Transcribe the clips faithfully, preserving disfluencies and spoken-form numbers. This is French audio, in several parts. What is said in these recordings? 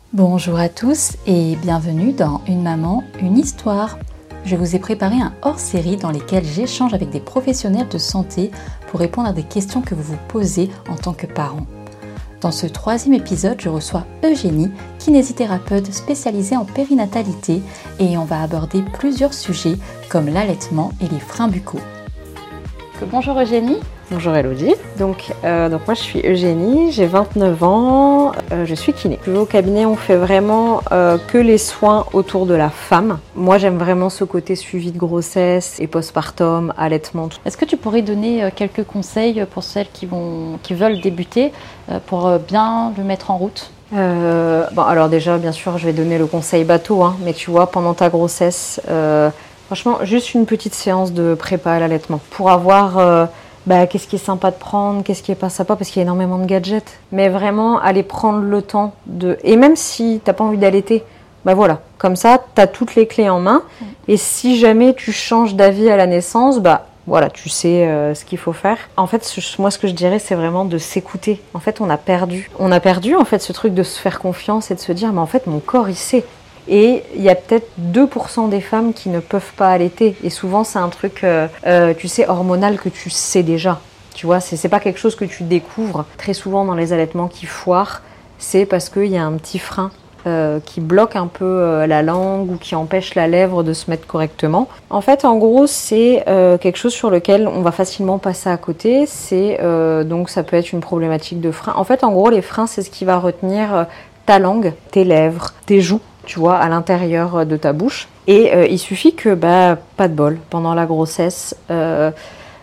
Bonjour à tous et bienvenue dans Une maman, une histoire. Je vous ai préparé un hors-série dans lequel j'échange avec des professionnels de santé pour répondre à des questions que vous vous posez en tant que parent. Dans ce troisième épisode, je reçois Eugénie, kinésithérapeute spécialisée en périnatalité, et on va aborder plusieurs sujets comme l'allaitement et les freins buccaux. Bonjour Eugénie. Bonjour Elodie. Donc, euh, donc moi je suis Eugénie, j'ai vingt-neuf ans, euh, je suis kiné. Au cabinet on fait vraiment euh, que les soins autour de la femme. Moi j'aime vraiment ce côté suivi de grossesse et postpartum, allaitement. Est-ce que tu pourrais donner quelques conseils pour celles qui, vont, qui veulent débuter euh, pour bien le mettre en route ? euh, Bon alors déjà bien sûr je vais donner le conseil bateau, hein, mais tu vois pendant ta grossesse, euh, franchement juste une petite séance de prépa à l'allaitement pour avoir... Euh, Bah, qu'est-ce qui est sympa de prendre, qu'est-ce qui est pas sympa, parce qu'il y a énormément de gadgets. Mais vraiment, aller prendre le temps de... Et même si t'as pas envie d'allaiter, bah voilà, comme ça, t'as toutes les clés en main. Et si jamais tu changes d'avis à la naissance, bah voilà, tu sais euh, ce qu'il faut faire. En fait, moi, ce que je dirais, c'est vraiment de s'écouter. En fait, on a perdu. On a perdu, en fait, ce truc de se faire confiance et de se dire, mais en fait, mon corps, il sait. Et il y a peut-être deux pour cent des femmes qui ne peuvent pas allaiter. Et souvent, c'est un truc, euh, euh, tu sais, hormonal que tu sais déjà. Tu vois, c'est, c'est pas quelque chose que tu découvres. Très souvent, dans les allaitements qui foirent, c'est parce qu'il y a un petit frein euh, qui bloque un peu euh, la langue ou qui empêche la lèvre de se mettre correctement. En fait, en gros, c'est euh, quelque chose sur lequel on va facilement passer à côté. C'est, euh, donc, ça peut être une problématique de frein. En fait, en gros, les freins, c'est ce qui va retenir euh, ta langue, tes lèvres, tes joues, tu vois, à l'intérieur de ta bouche. Et euh, il suffit que, bah, pas de bol, pendant la grossesse, euh,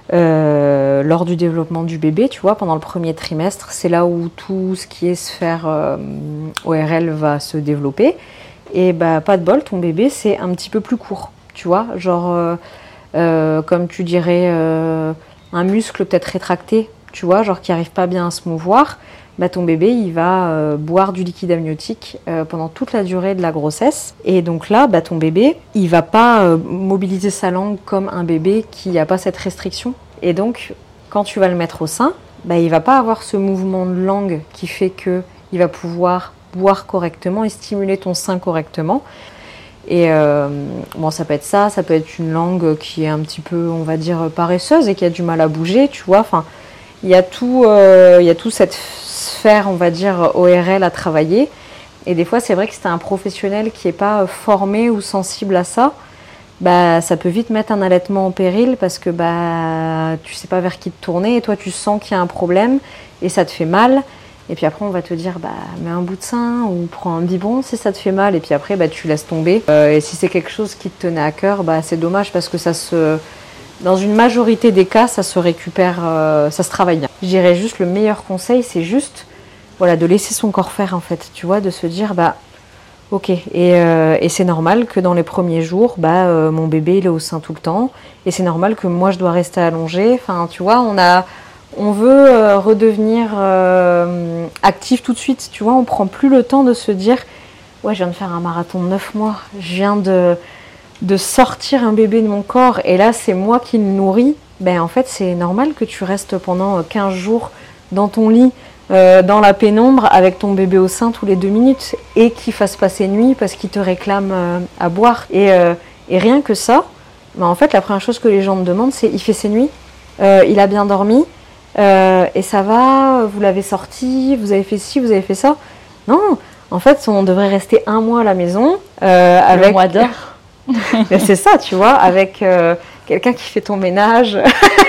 euh, lors du développement du bébé, tu vois, pendant le premier trimestre, c'est là où tout ce qui est sphère euh, O R L va se développer. Et bah, pas de bol, ton bébé, c'est un petit peu plus court, tu vois, genre, euh, euh, comme tu dirais, euh, un muscle peut-être rétracté, tu vois, genre qui n'arrive pas bien à se mouvoir. Bah, ton bébé, il va euh, boire du liquide amniotique euh, pendant toute la durée de la grossesse. Et donc là, bah, ton bébé, il va pas euh, mobiliser sa langue comme un bébé qui n'a pas cette restriction. Et donc, quand tu vas le mettre au sein, bah, il va pas avoir ce mouvement de langue qui fait qu'il va pouvoir boire correctement et stimuler ton sein correctement. Et euh, bon, ça peut être ça, ça peut être une langue qui est un petit peu, on va dire, paresseuse et qui a du mal à bouger, tu vois. Enfin, il y a tout, euh, il y a tout cette sphère, on va dire, O R L à travailler. Et des fois, c'est vrai que si tu as un professionnel qui n'est pas formé ou sensible à ça, bah, ça peut vite mettre un allaitement en péril parce que bah, tu ne sais pas vers qui te tourner et toi, tu sens qu'il y a un problème et ça te fait mal. Et puis après, on va te dire, bah, mets un bout de sein ou prends un biberon si ça te fait mal. Et puis après, bah, tu laisses tomber. Euh, et si c'est quelque chose qui te tenait à cœur, bah, c'est dommage parce que ça se... Dans une majorité des cas, ça se récupère, euh, ça se travaille bien. Je dirais juste le meilleur conseil, c'est juste voilà, de laisser son corps faire en fait, tu vois, de se dire bah ok, et, euh, et c'est normal que dans les premiers jours, bah euh, mon bébé il est au sein tout le temps, et c'est normal que moi je dois rester allongée. Enfin, tu vois, on a, on veut euh, redevenir euh, actif tout de suite, tu vois, on prend plus le temps de se dire ouais, je viens de faire un marathon de neuf mois, je viens de de sortir un bébé de mon corps et là c'est moi qui le nourris, ben en fait c'est normal que tu restes pendant quinze jours dans ton lit, euh, dans la pénombre avec ton bébé au sein tous les deux minutes et qu'il fasse passer nuit parce qu'il te réclame euh, à boire. Et, euh, et rien que ça, ben en fait la première chose que les gens me demandent c'est il fait ses nuits, euh, il a bien dormi, euh, et ça va, vous l'avez sorti, vous avez fait ci, vous avez fait ça. Non, en fait on devrait rester un mois à la maison euh, avec... Le mois d'or. Mais c'est ça, tu vois, avec euh, quelqu'un qui fait ton ménage,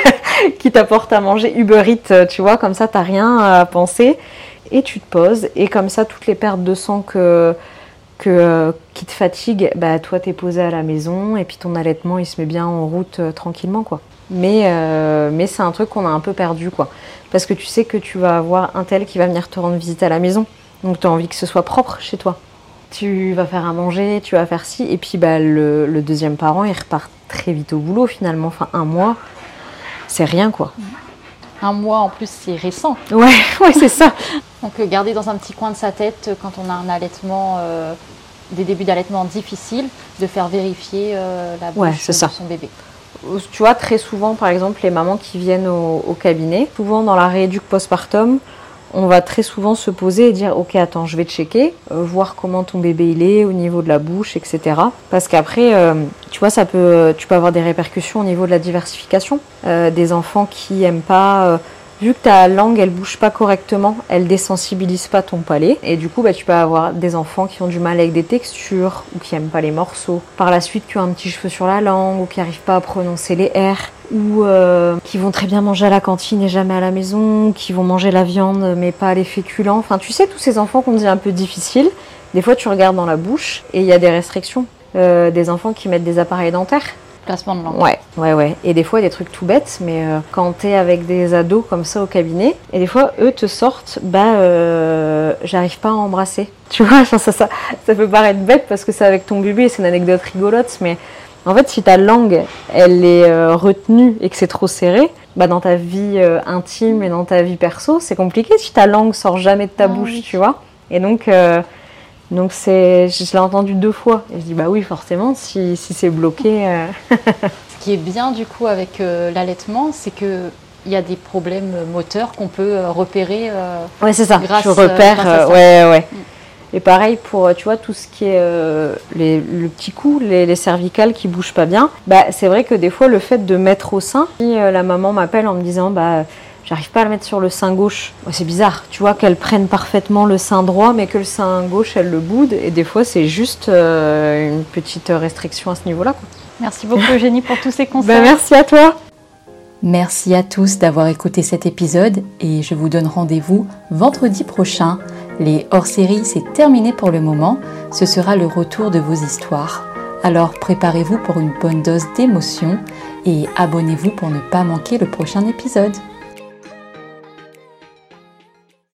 qui t'apporte à manger, Uber Eats, tu vois, comme ça, t'as rien à penser, et tu te poses, et comme ça, toutes les pertes de sang que, que, euh, qui te fatiguent, bah, toi, t'es posé à la maison, et puis ton allaitement, il se met bien en route euh, tranquillement, quoi. Mais, euh, mais c'est un truc qu'on a un peu perdu, quoi. Parce que tu sais que tu vas avoir un tel qui va venir te rendre visite à la maison, donc t'as envie que ce soit propre chez toi. Tu vas faire à manger, tu vas faire ci, et puis bah, le, le deuxième parent, il repart très vite au boulot finalement. Enfin, un mois, c'est rien quoi. Un mois en plus, c'est récent. Ouais, ouais, c'est ça. Donc, euh, garder dans un petit coin de sa tête, quand on a un allaitement, euh, des débuts d'allaitement difficiles, de faire vérifier euh, la bouche ouais, c'est de ça. son bébé. Tu vois, très souvent, par exemple, les mamans qui viennent au, au cabinet, souvent dans la rééduque postpartum, on va très souvent se poser et dire ok attends je vais checker, euh, voir comment ton bébé il est au niveau de la bouche, et cetera. Parce qu'après euh, tu vois ça peut, tu peux avoir des répercussions au niveau de la diversification, euh, des enfants qui aiment pas, euh, vu que ta langue elle bouge pas correctement, elle désensibilise pas ton palais et du coup bah, tu peux avoir des enfants qui ont du mal avec des textures ou qui aiment pas les morceaux, par la suite qui ont un petit cheveu sur la langue ou qui arrivent pas à prononcer les R, ou euh, qui vont très bien manger à la cantine et jamais à la maison, qui vont manger la viande mais pas les féculents. Enfin, tu sais, tous ces enfants qu'on dit un peu difficiles, des fois tu regardes dans la bouche et il y a des restrictions. Euh, des enfants qui mettent des appareils dentaires. Placement de langue. Ouais, ouais, ouais. Et des fois, des trucs tout bêtes, mais euh, quand t'es avec des ados comme ça au cabinet, et des fois, eux te sortent, bah, euh, j'arrive pas à embrasser. Tu vois, ça, ça, ça, ça peut paraître bête parce que c'est avec ton bébé, c'est une anecdote rigolote, mais en fait, si ta langue, elle est euh, retenue et que c'est trop serré, bah dans ta vie euh, intime et dans ta vie perso, c'est compliqué si ta langue sort jamais de ta ah, bouche, oui. Tu vois. Et donc, euh, donc c'est, je l'ai entendu deux fois. Et je dis, bah oui, forcément, si, si c'est bloqué... Euh... Ce qui est bien, du coup, avec euh, l'allaitement, c'est que il y a des problèmes moteurs qu'on peut euh, repérer euh, ouais, c'est ça. Grâce, tu repères, euh, grâce à ça. ouais, ouais. Mm. Et pareil pour, tu vois, tout ce qui est euh, les, le petit cou, les, les cervicales qui bougent pas bien, bah, c'est vrai que des fois, le fait de mettre au sein, si euh, la maman m'appelle en me disant, bah, j'arrive pas à le mettre sur le sein gauche, bah, c'est bizarre, tu vois, qu'elle prenne parfaitement le sein droit, mais que le sein gauche, elle le boude, et des fois, c'est juste euh, une petite restriction à ce niveau-là, quoi. Merci beaucoup, Eugénie, pour tous ces conseils. Bah, merci à toi. Merci à tous d'avoir écouté cet épisode, et je vous donne rendez-vous vendredi prochain. Les hors-séries, c'est terminé pour le moment. Ce sera le retour de vos histoires. Alors préparez-vous pour une bonne dose d'émotion et abonnez-vous pour ne pas manquer le prochain épisode.